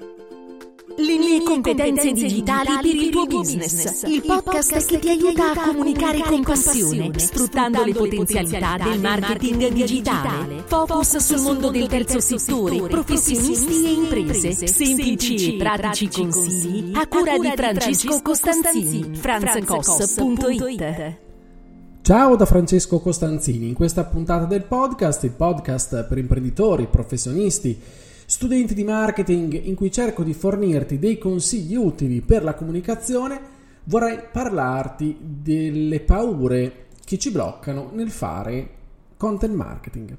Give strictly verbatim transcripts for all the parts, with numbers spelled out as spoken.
Le mie competenze digitali per il tuo business. Il podcast che ti aiuta a comunicare con passione, sfruttando le potenzialità del marketing digitale. Focus sul mondo del terzo settore, professionisti e imprese. Semplici e pratici consigli a cura di Francesco Costanzini. franzcos punto it. Ciao da Francesco Costanzini. In questa puntata del podcast, il podcast per imprenditori, professionisti, studenti di marketing, in cui cerco di fornirti dei consigli utili per la comunicazione, vorrei parlarti delle paure che ci bloccano nel fare content marketing.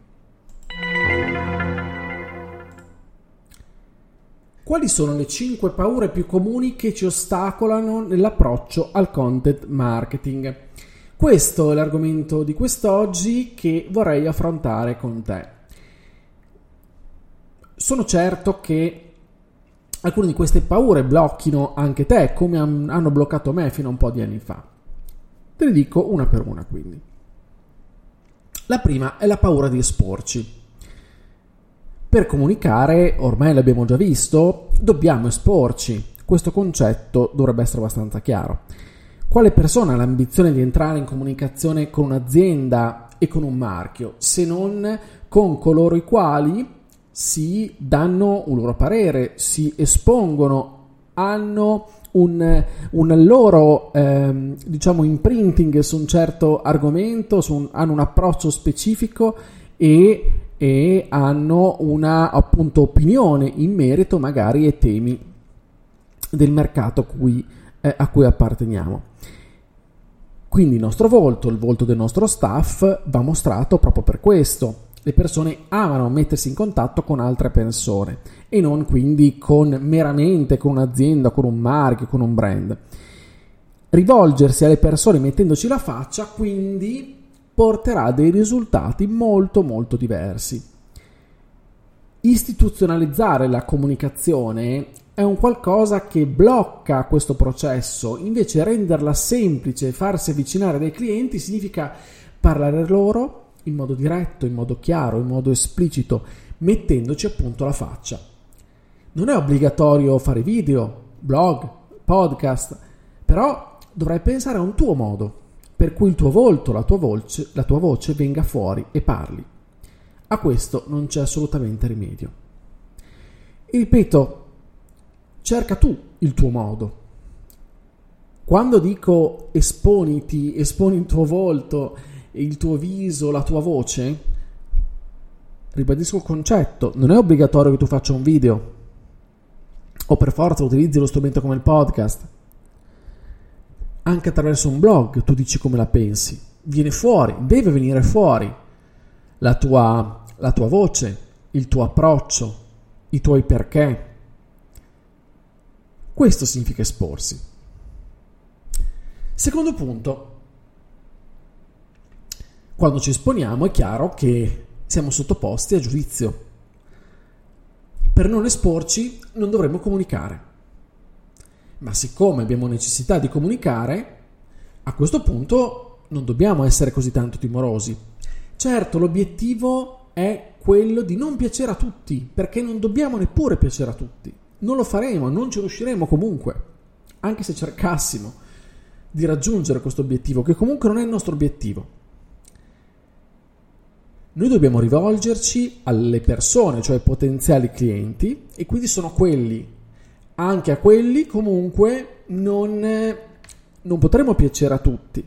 Quali sono le cinque paure più comuni che ci ostacolano nell'approccio al content marketing? Questo è l'argomento di quest'oggi che vorrei affrontare con te. Sono certo che alcune di queste paure blocchino anche te, come hanno bloccato me fino a un po' di anni fa. Te ne dico una per una, quindi. La prima è la paura di esporci. Per comunicare, ormai l'abbiamo già visto, dobbiamo esporci. Questo concetto dovrebbe essere abbastanza chiaro. Quale persona ha l'ambizione di entrare in comunicazione con un'azienda e con un marchio, se non con coloro i quali si danno un loro parere, si espongono, hanno un, un loro ehm, diciamo imprinting su un certo argomento, su un, hanno un approccio specifico e, e hanno una appunto opinione in merito magari ai temi del mercato a cui, eh, a cui apparteniamo. Quindi il nostro volto, il volto del nostro staff va mostrato proprio per questo. Le persone amano mettersi in contatto con altre persone e non quindi con meramente con un'azienda, con un marchio, con un brand. Rivolgersi alle persone mettendoci la faccia quindi porterà dei risultati molto molto diversi. Istituzionalizzare la comunicazione è un qualcosa che blocca questo processo, invece renderla semplice e farsi avvicinare dai clienti significa parlare loro in modo diretto, in modo chiaro, in modo esplicito, mettendoci appunto la faccia. Non è obbligatorio fare video, blog, podcast, però dovrai pensare a un tuo modo per cui il tuo volto, la tua voce, la tua voce venga fuori e parli. A questo non c'è assolutamente rimedio. E ripeto, cerca tu il tuo modo. Quando dico esponiti, esponi il tuo volto, il tuo viso, la tua voce, ribadisco il concetto, non è obbligatorio che tu faccia un video o per forza utilizzi lo strumento come il podcast. Anche attraverso un blog tu dici come la pensi, viene fuori, deve venire fuori la tua, la tua voce, il tuo approccio, i tuoi perché. Questo significa esporsi. Secondo punto, quando ci esponiamo è chiaro che siamo sottoposti a giudizio. Per non esporci non dovremmo comunicare. Ma siccome abbiamo necessità di comunicare, a questo punto non dobbiamo essere così tanto timorosi. Certo, l'obiettivo è quello di non piacere a tutti, perché non dobbiamo neppure piacere a tutti. Non lo faremo, non ci riusciremo comunque, anche se cercassimo di raggiungere questo obiettivo, che comunque non è il nostro obiettivo. Noi dobbiamo rivolgerci alle persone, cioè ai potenziali clienti, e quindi sono quelli, anche a quelli comunque non, non potremo piacere a tutti.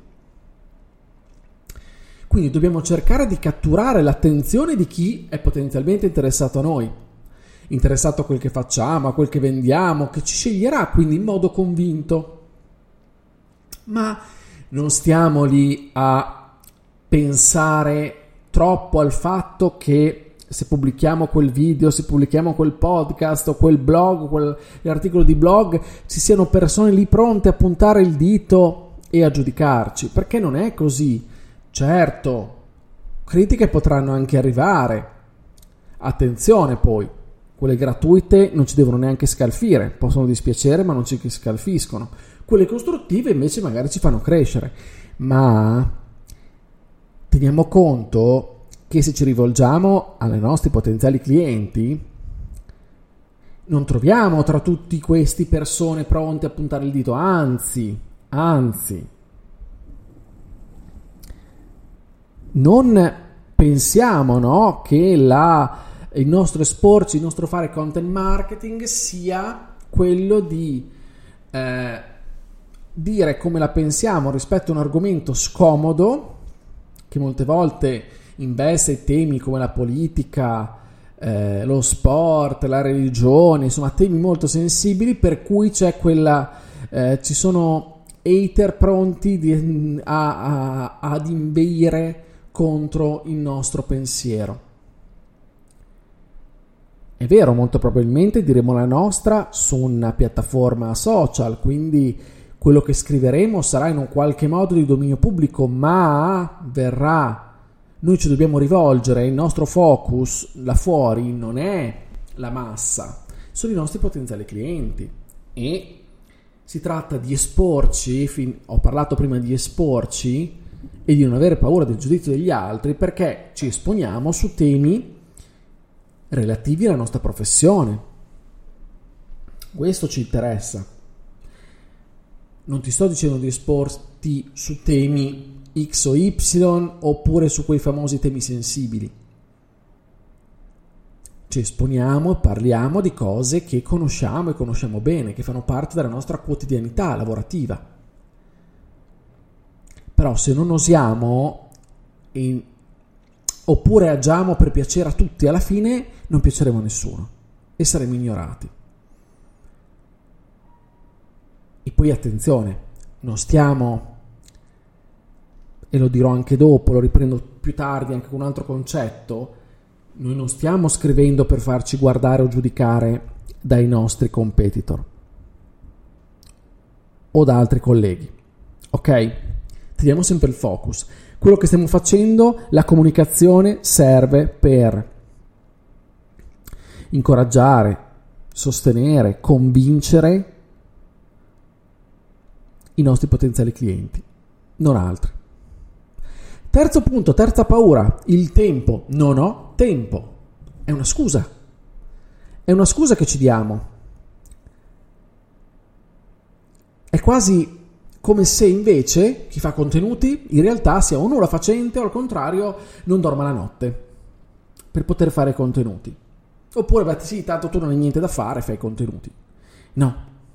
Quindi dobbiamo cercare di catturare l'attenzione di chi è potenzialmente interessato a noi, interessato a quel che facciamo, a quel che vendiamo, che ci sceglierà quindi in modo convinto. Ma non stiamo lì a pensare troppo al fatto che se pubblichiamo quel video, se pubblichiamo quel podcast o quel blog, quell'articolo di blog, ci siano persone lì pronte a puntare il dito e a giudicarci, perché non è così. Certo, critiche potranno anche arrivare. Attenzione poi, quelle gratuite non ci devono neanche scalfire, possono dispiacere ma non ci scalfiscono. Quelle costruttive invece magari ci fanno crescere, ma teniamo conto che se ci rivolgiamo ai nostri potenziali clienti non troviamo tra tutti questi persone pronte a puntare il dito, anzi, anzi, non pensiamo, no, che la, il nostro esporci, il nostro fare content marketing sia quello di eh, dire come la pensiamo rispetto a un argomento scomodo che molte volte investe temi come la politica, eh, lo sport, la religione, insomma temi molto sensibili, per cui c'è quella eh, ci sono hater pronti di, a, a, ad inveire contro il nostro pensiero. È vero, molto probabilmente diremo la nostra su una piattaforma social, quindi quello che scriveremo sarà in un qualche modo di dominio pubblico, ma verrà, noi ci dobbiamo rivolgere, il nostro focus là fuori non è la massa, sono i nostri potenziali clienti, e si tratta di esporci, fin, ho parlato prima di esporci, e di non avere paura del giudizio degli altri, perché ci esponiamo su temi relativi alla nostra professione. Questo ci interessa. Non ti sto dicendo di esporti su temi X o Y oppure su quei famosi temi sensibili. Ci esponiamo e parliamo di cose che conosciamo e conosciamo bene, che fanno parte della nostra quotidianità lavorativa. Però se non osiamo in, oppure agiamo per piacere a tutti, alla fine non piaceremo a nessuno e saremo ignorati. E poi attenzione, non stiamo, e lo dirò anche dopo, lo riprendo più tardi anche con un altro concetto, noi non stiamo scrivendo per farci guardare o giudicare dai nostri competitor o da altri colleghi, ok? Teniamo sempre il focus. Quello che stiamo facendo, la comunicazione serve per incoraggiare, sostenere, convincere i nostri potenziali clienti, non altri. Terzo punto, terza paura, il tempo. Non ho tempo. È una scusa. È una scusa che ci diamo. È quasi come se invece chi fa contenuti in realtà sia un nulla facente o al contrario non dorma la notte per poter fare contenuti. Oppure, beh sì, tanto tu non hai niente da fare, fai contenuti. No.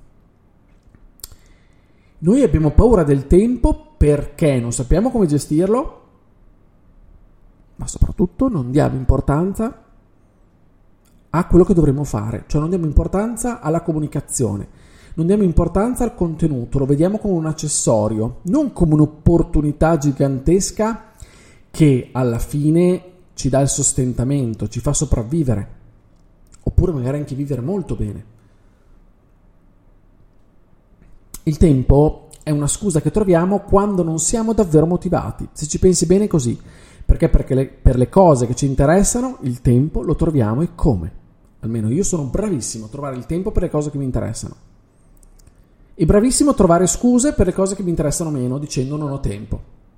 Noi abbiamo paura del tempo perché non sappiamo come gestirlo, ma soprattutto non diamo importanza a quello che dovremmo fare, cioè non diamo importanza alla comunicazione. Non diamo importanza al contenuto, lo vediamo come un accessorio, non come un'opportunità gigantesca che alla fine ci dà il sostentamento, ci fa sopravvivere, oppure magari anche vivere molto bene. Il tempo è una scusa che troviamo quando non siamo davvero motivati, se ci pensi bene è così, perché, perché le, per le cose che ci interessano il tempo lo troviamo, e come? Almeno io sono bravissimo a trovare il tempo per le cose che mi interessano. E bravissimo a trovare scuse per le cose che mi interessano meno, dicendo non ho tempo.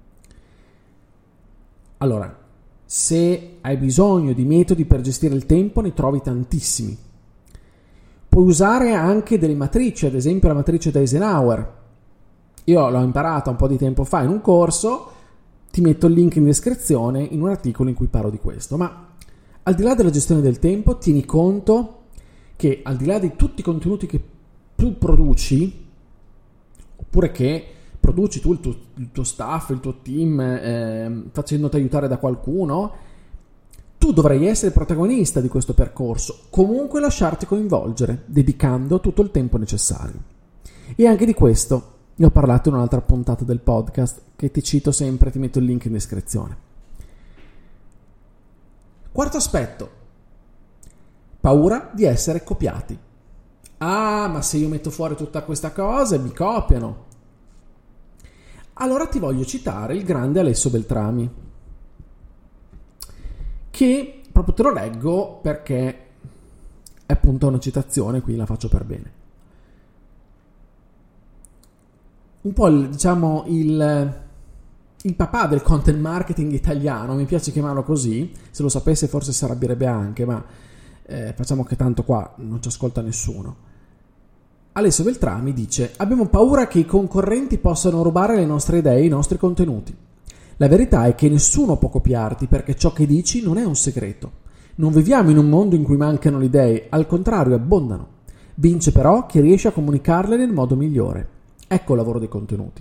Allora, se hai bisogno di metodi per gestire il tempo, ne trovi tantissimi. Puoi usare anche delle matrici, ad esempio la matrice di Eisenhower. Io l'ho imparata un po' di tempo fa in un corso, ti metto il link in descrizione in un articolo in cui parlo di questo. Ma al di là della gestione del tempo, tieni conto che al di là di tutti i contenuti che tu produci, oppure che produci tu il tuo, il tuo staff, il tuo team, eh, facendoti aiutare da qualcuno, tu dovrai essere protagonista di questo percorso, comunque lasciarti coinvolgere, dedicando tutto il tempo necessario. E anche di questo ne ho parlato in un'altra puntata del podcast, che ti cito sempre, ti metto il link in descrizione. Quarto aspetto, paura di essere copiati. Ah, ma se io metto fuori tutta questa cosa mi copiano. Allora ti voglio citare il grande Alessio Beltrami, che proprio te lo leggo perché è appunto una citazione, quindi la faccio per bene. Un po' il, diciamo il, il papà del content marketing italiano, mi piace chiamarlo così, se lo sapesse forse si arrabbierebbe anche, ma eh, facciamo che tanto qua non ci ascolta nessuno. Alessio Beltrami dice: abbiamo paura che i concorrenti possano rubare le nostre idee e i nostri contenuti. La verità è che nessuno può copiarti, perché ciò che dici non è un segreto. Non viviamo in un mondo in cui mancano le idee, al contrario abbondano. Vince però chi riesce a comunicarle nel modo migliore. Ecco il lavoro dei contenuti.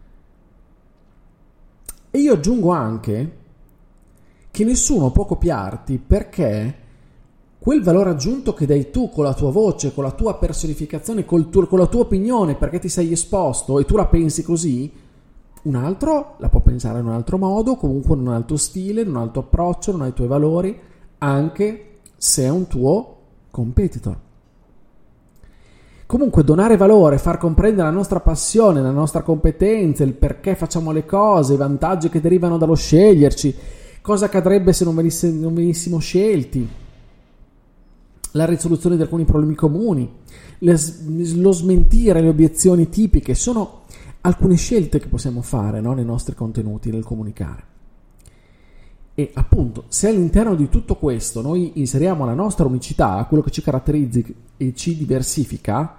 E io aggiungo anche che nessuno può copiarti, perché quel valore aggiunto che dai tu con la tua voce, con la tua personificazione, col tuo, con la tua opinione, perché ti sei esposto e tu la pensi così, un altro la può pensare in un altro modo, comunque in un altro stile, in un altro approccio, non ha i tuoi valori, anche se è un tuo competitor. Comunque donare valore, far comprendere la nostra passione, la nostra competenza, il perché facciamo le cose, i vantaggi che derivano dallo sceglierci, cosa accadrebbe se non, venisse, non venissimo scelti, la risoluzione di alcuni problemi comuni, le, lo smentire le obiezioni tipiche, sono alcune scelte che possiamo fare, no, nei nostri contenuti, nel comunicare. E appunto, se all'interno di tutto questo noi inseriamo la nostra unicità, quello che ci caratterizza e ci diversifica,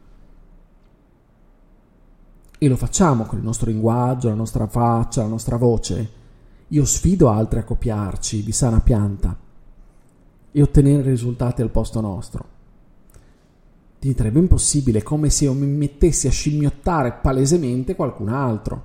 e lo facciamo con il nostro linguaggio, la nostra faccia, la nostra voce, io sfido altri a copiarci di sana pianta e ottenere risultati al posto nostro. Diventerebbe impossibile, come se io mi mettessi a scimmiottare palesemente qualcun altro.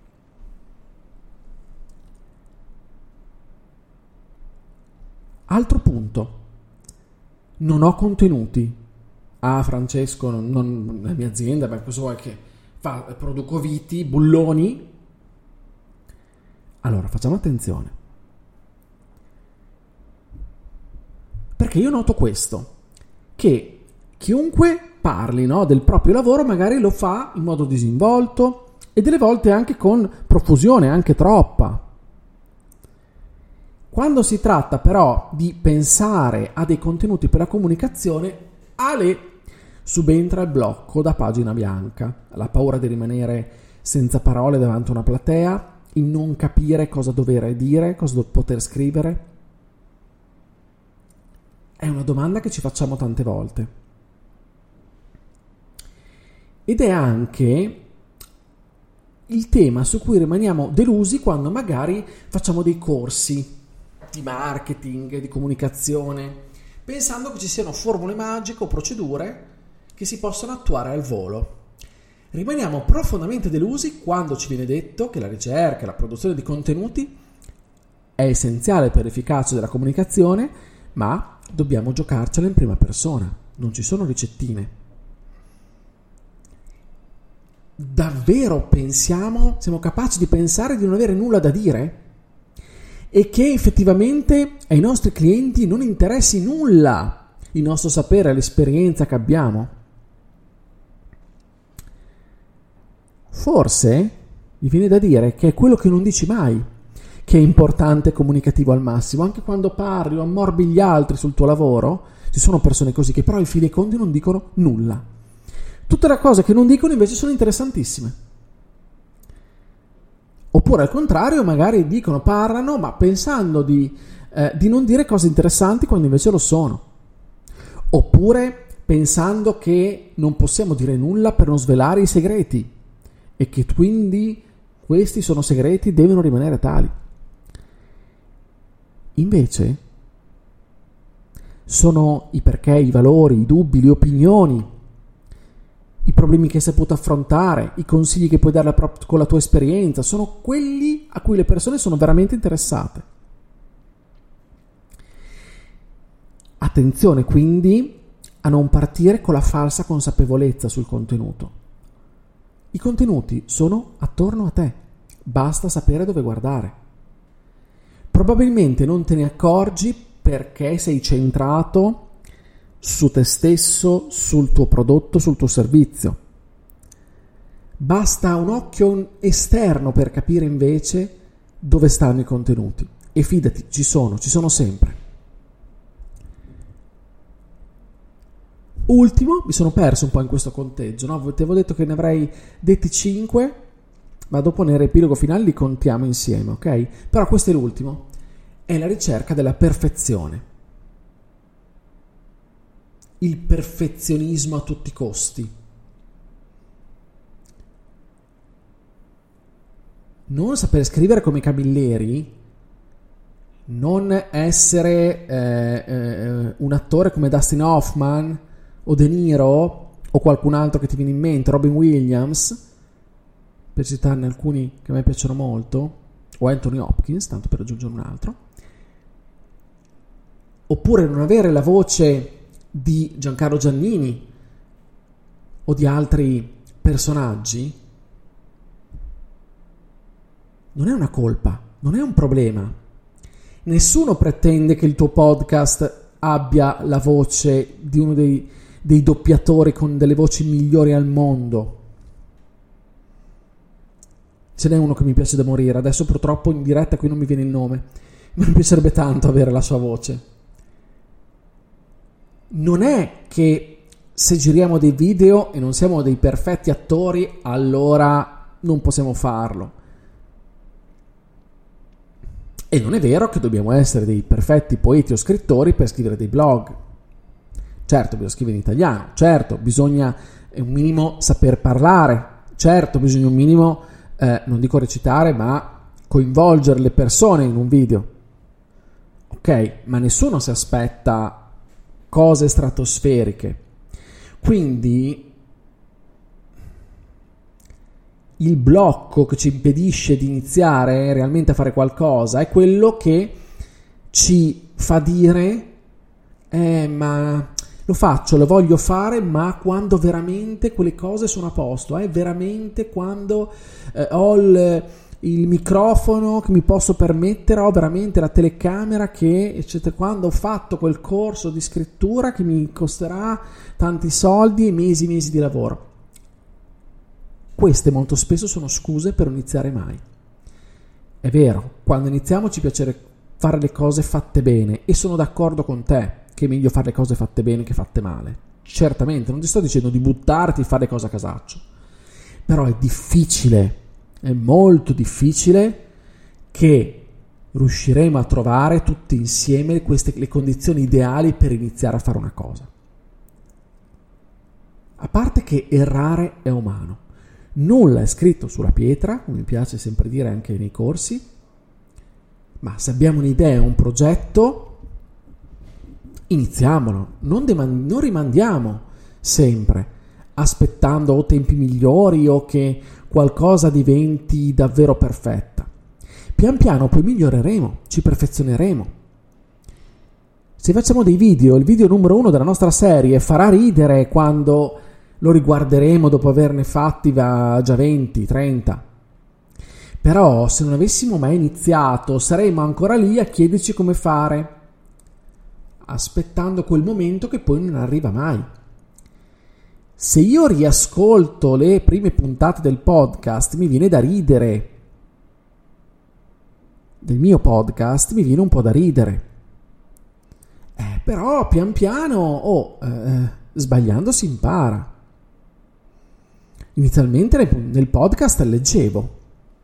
Altro punto: non ho contenuti. Ah, Francesco, non, non la mia azienda, ma cosa vuoi che fa? Produco viti, bulloni. Allora, facciamo attenzione, perché io noto questo, che chiunque parli, no, del proprio lavoro magari lo fa in modo disinvolto e delle volte anche con profusione, anche troppa. Quando si tratta però di pensare a dei contenuti per la comunicazione, Ale subentra il blocco da pagina bianca, la paura di rimanere senza parole davanti a una platea, il non capire cosa dover dire, cosa poter scrivere. È una domanda che ci facciamo tante volte. Ed è anche il tema su cui rimaniamo delusi quando magari facciamo dei corsi di marketing, di comunicazione, pensando che ci siano formule magiche o procedure che si possono attuare al volo. Rimaniamo profondamente delusi quando ci viene detto che la ricerca e la produzione di contenuti è essenziale per l'efficacia della comunicazione, ma dobbiamo giocarcela in prima persona, non ci sono ricettine. Davvero pensiamo, siamo capaci di pensare di non avere nulla da dire? E che effettivamente ai nostri clienti non interessi nulla il nostro sapere, l'esperienza che abbiamo? Forse mi viene da dire che è quello che non dici mai che è importante e comunicativo al massimo. Anche quando parli o ammorbi gli altri sul tuo lavoro, ci sono persone così che però in fin dei conti non dicono nulla. Tutte le cose che non dicono invece sono interessantissime. Oppure al contrario, magari dicono, parlano, ma pensando di, eh, di non dire cose interessanti quando invece lo sono. Oppure pensando che non possiamo dire nulla per non svelare i segreti e che quindi questi sono segreti, devono rimanere tali. Invece sono i perché, i valori, i dubbi, le opinioni, i problemi che hai saputo affrontare, i consigli che puoi dare con la tua esperienza, sono quelli a cui le persone sono veramente interessate. Attenzione quindi a non partire con la falsa consapevolezza sul contenuto. I contenuti sono attorno a te, basta sapere dove guardare. Probabilmente non te ne accorgi perché sei centrato su te stesso, sul tuo prodotto, sul tuo servizio. Basta un occhio esterno per capire invece dove stanno i contenuti. E fidati, ci sono, ci sono sempre. Ultimo, mi sono perso un po' in questo conteggio, no? Ti avevo detto che ne avrei detti cinque, ma dopo nel riepilogo finale li contiamo insieme, ok? Però questo è l'ultimo, è la ricerca della perfezione. il perfezionismo a tutti i costi. Non sapere scrivere come i Camilleri, non essere eh, eh, un attore come Dustin Hoffman o De Niro o qualcun altro che ti viene in mente, Robin Williams, per citarne alcuni che a me piacciono molto, o Anthony Hopkins, tanto per aggiungere un altro, oppure non avere la voce di Giancarlo Giannini o di altri personaggi, non è una colpa, non è un problema. Nessuno pretende che il tuo podcast abbia la voce di uno dei, dei doppiatori con delle voci migliori al mondo. Ce n'è uno che mi piace da morire, adesso purtroppo in diretta qui non mi viene il nome, ma mi piacerebbe tanto avere la sua voce. Non è che se giriamo dei video e non siamo dei perfetti attori, allora non possiamo farlo. E non è vero che dobbiamo essere dei perfetti poeti o scrittori per scrivere dei blog. Certo, bisogna scrivere in italiano, certo, bisogna un minimo saper parlare, certo, bisogna un minimo, eh, non dico recitare, ma coinvolgere le persone in un video. Ok, ma nessuno si aspetta cose stratosferiche. Quindi il blocco che ci impedisce di iniziare realmente a fare qualcosa è quello che ci fa dire eh ma lo faccio, lo voglio fare, ma quando veramente quelle cose sono a posto, eh, veramente quando eh, ho il, il microfono che mi posso permettere, ho veramente la telecamera che eccetera, quando ho fatto quel corso di scrittura che mi costerà tanti soldi e mesi e mesi di lavoro. Queste molto spesso sono scuse per non iniziare mai. È vero, quando iniziamo ci piace fare le cose fatte bene, e sono d'accordo con te che è meglio fare le cose fatte bene che fatte male. Certamente, non ti sto dicendo di buttarti e fare le cose a casaccio, però è difficile, è molto difficile che riusciremo a trovare tutti insieme queste le condizioni ideali per iniziare a fare una cosa. A parte che errare è umano. Nulla è scritto sulla pietra, come mi piace sempre dire anche nei corsi, ma se abbiamo un'idea, un progetto, iniziamolo, non, deman- non rimandiamo sempre, aspettando o tempi migliori o che qualcosa diventi davvero perfetta. Pian piano poi miglioreremo, ci perfezioneremo. Se facciamo dei video, il video numero uno della nostra serie farà ridere quando lo riguarderemo dopo averne fatti già venti, trenta. Però se non avessimo mai iniziato, saremmo ancora lì a chiederci come fare, aspettando quel momento che poi non arriva mai. Se io riascolto le prime puntate del podcast, mi viene da ridere. Del mio podcast mi viene un po' da ridere. Eh, però pian piano, oh, eh, sbagliando si impara. Inizialmente nel podcast leggevo,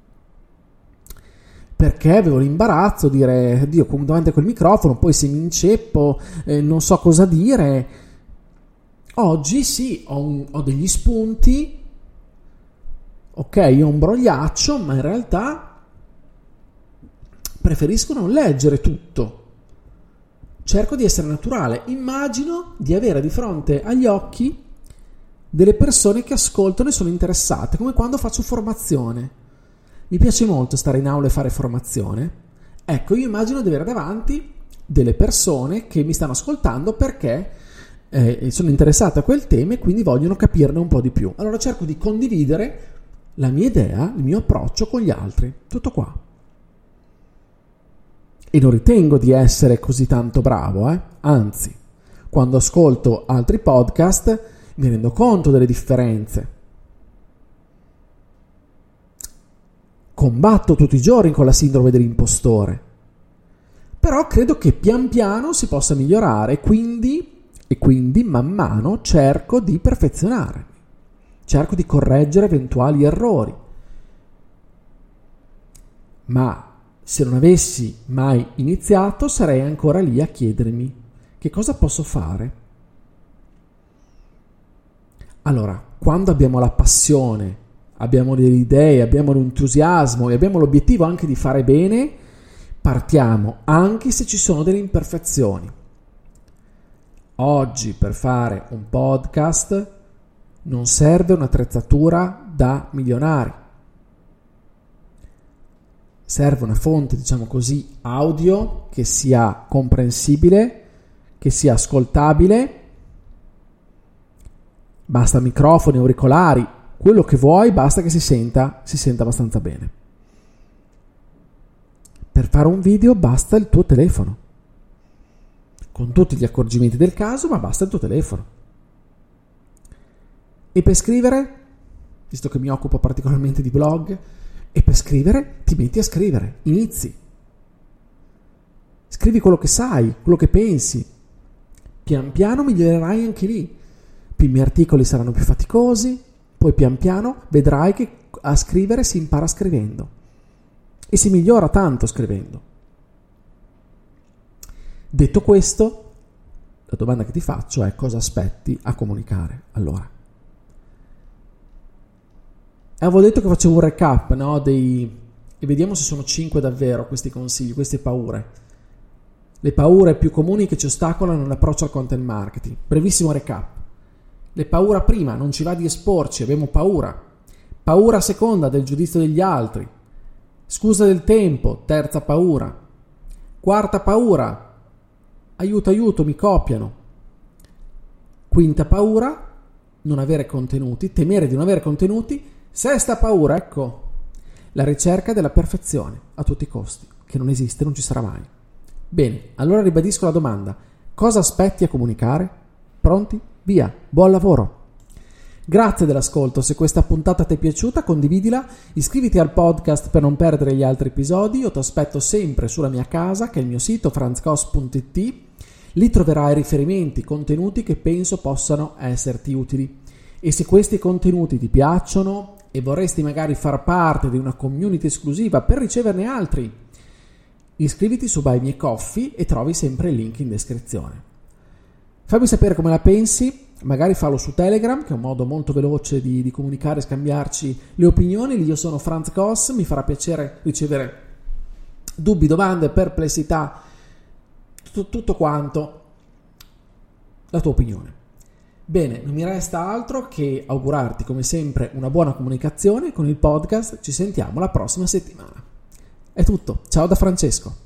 perché avevo l'imbarazzo di dire, Dio, davanti a quel microfono, poi se mi inceppo, eh, non so cosa dire. Oggi sì, ho, un, ho degli spunti, ok, ho un brogliaccio, ma in realtà preferisco non leggere tutto. Cerco di essere naturale, immagino di avere di fronte agli occhi delle persone che ascoltano e sono interessate, come quando faccio formazione. Mi piace molto stare in aula e fare formazione. Ecco, io immagino di avere davanti delle persone che mi stanno ascoltando perché eh, sono interessate a quel tema e quindi vogliono capirne un po' di più. Allora cerco di condividere la mia idea, il mio approccio con gli altri. Tutto qua. E non ritengo di essere così tanto bravo, eh? Anzi, quando ascolto altri podcast mi rendo conto delle differenze. Combatto tutti i giorni con la sindrome dell'impostore. Però credo che pian piano si possa migliorare, quindi, e quindi man mano cerco di perfezionarmi. Cerco di correggere eventuali errori. Ma se non avessi mai iniziato, sarei ancora lì a chiedermi che cosa posso fare. Allora, quando abbiamo la passione, abbiamo delle idee, abbiamo l'entusiasmo e abbiamo l'obiettivo anche di fare bene, partiamo anche se ci sono delle imperfezioni. Oggi per fare un podcast non serve un'attrezzatura da milionari. Serve una fonte, diciamo così, audio che sia comprensibile, che sia ascoltabile. Basta microfoni, auricolari, quello che vuoi, basta che si senta, si senta abbastanza bene. Per fare un video basta il tuo telefono, con tutti gli accorgimenti del caso, ma basta il tuo telefono. E per scrivere, visto che mi occupo particolarmente di blog, e per scrivere ti metti a scrivere, inizi. Scrivi quello che sai, quello che pensi. Pian piano migliorerai anche lì. I primi articoli saranno più faticosi, poi pian piano vedrai che a scrivere si impara scrivendo e si migliora tanto scrivendo. Detto questo, la domanda che ti faccio è: cosa aspetti a comunicare allora? Avevo detto che facevo un recap, no, dei... e vediamo se sono cinque davvero questi consigli, queste paure. Le paure più comuni che ci ostacolano nell'approccio al content marketing. Brevissimo recap. Le paura prima, non ci va di esporci, abbiamo paura. Paura seconda, del giudizio degli altri. Scusa del tempo, terza paura. Quarta paura, aiuto aiuto, mi copiano. Quinta paura, non avere contenuti, temere di non avere contenuti. Sesta paura, ecco, la ricerca della perfezione a tutti i costi, che non esiste, non ci sarà mai. Bene, allora ribadisco la domanda: cosa aspetti a comunicare? Pronti? Via, buon lavoro. Grazie dell'ascolto, se questa puntata ti è piaciuta condividila, iscriviti al podcast per non perdere gli altri episodi. Io ti aspetto sempre sulla mia casa, che è il mio sito franz cos punto it. Lì troverai riferimenti, contenuti che penso possano esserti utili. E se questi contenuti ti piacciono e vorresti magari far parte di una community esclusiva per riceverne altri, iscriviti su Buy Me Coffee e trovi sempre il link in descrizione. Fammi sapere come la pensi, magari fallo su Telegram, che è un modo molto veloce di, di comunicare e scambiarci le opinioni. Lì io sono Franz Cos, mi farà piacere ricevere dubbi, domande, perplessità, tutto, tutto quanto, la tua opinione. Bene, non mi resta altro che augurarti come sempre una buona comunicazione con il podcast. Ci sentiamo la prossima settimana. È tutto, ciao da Francesco.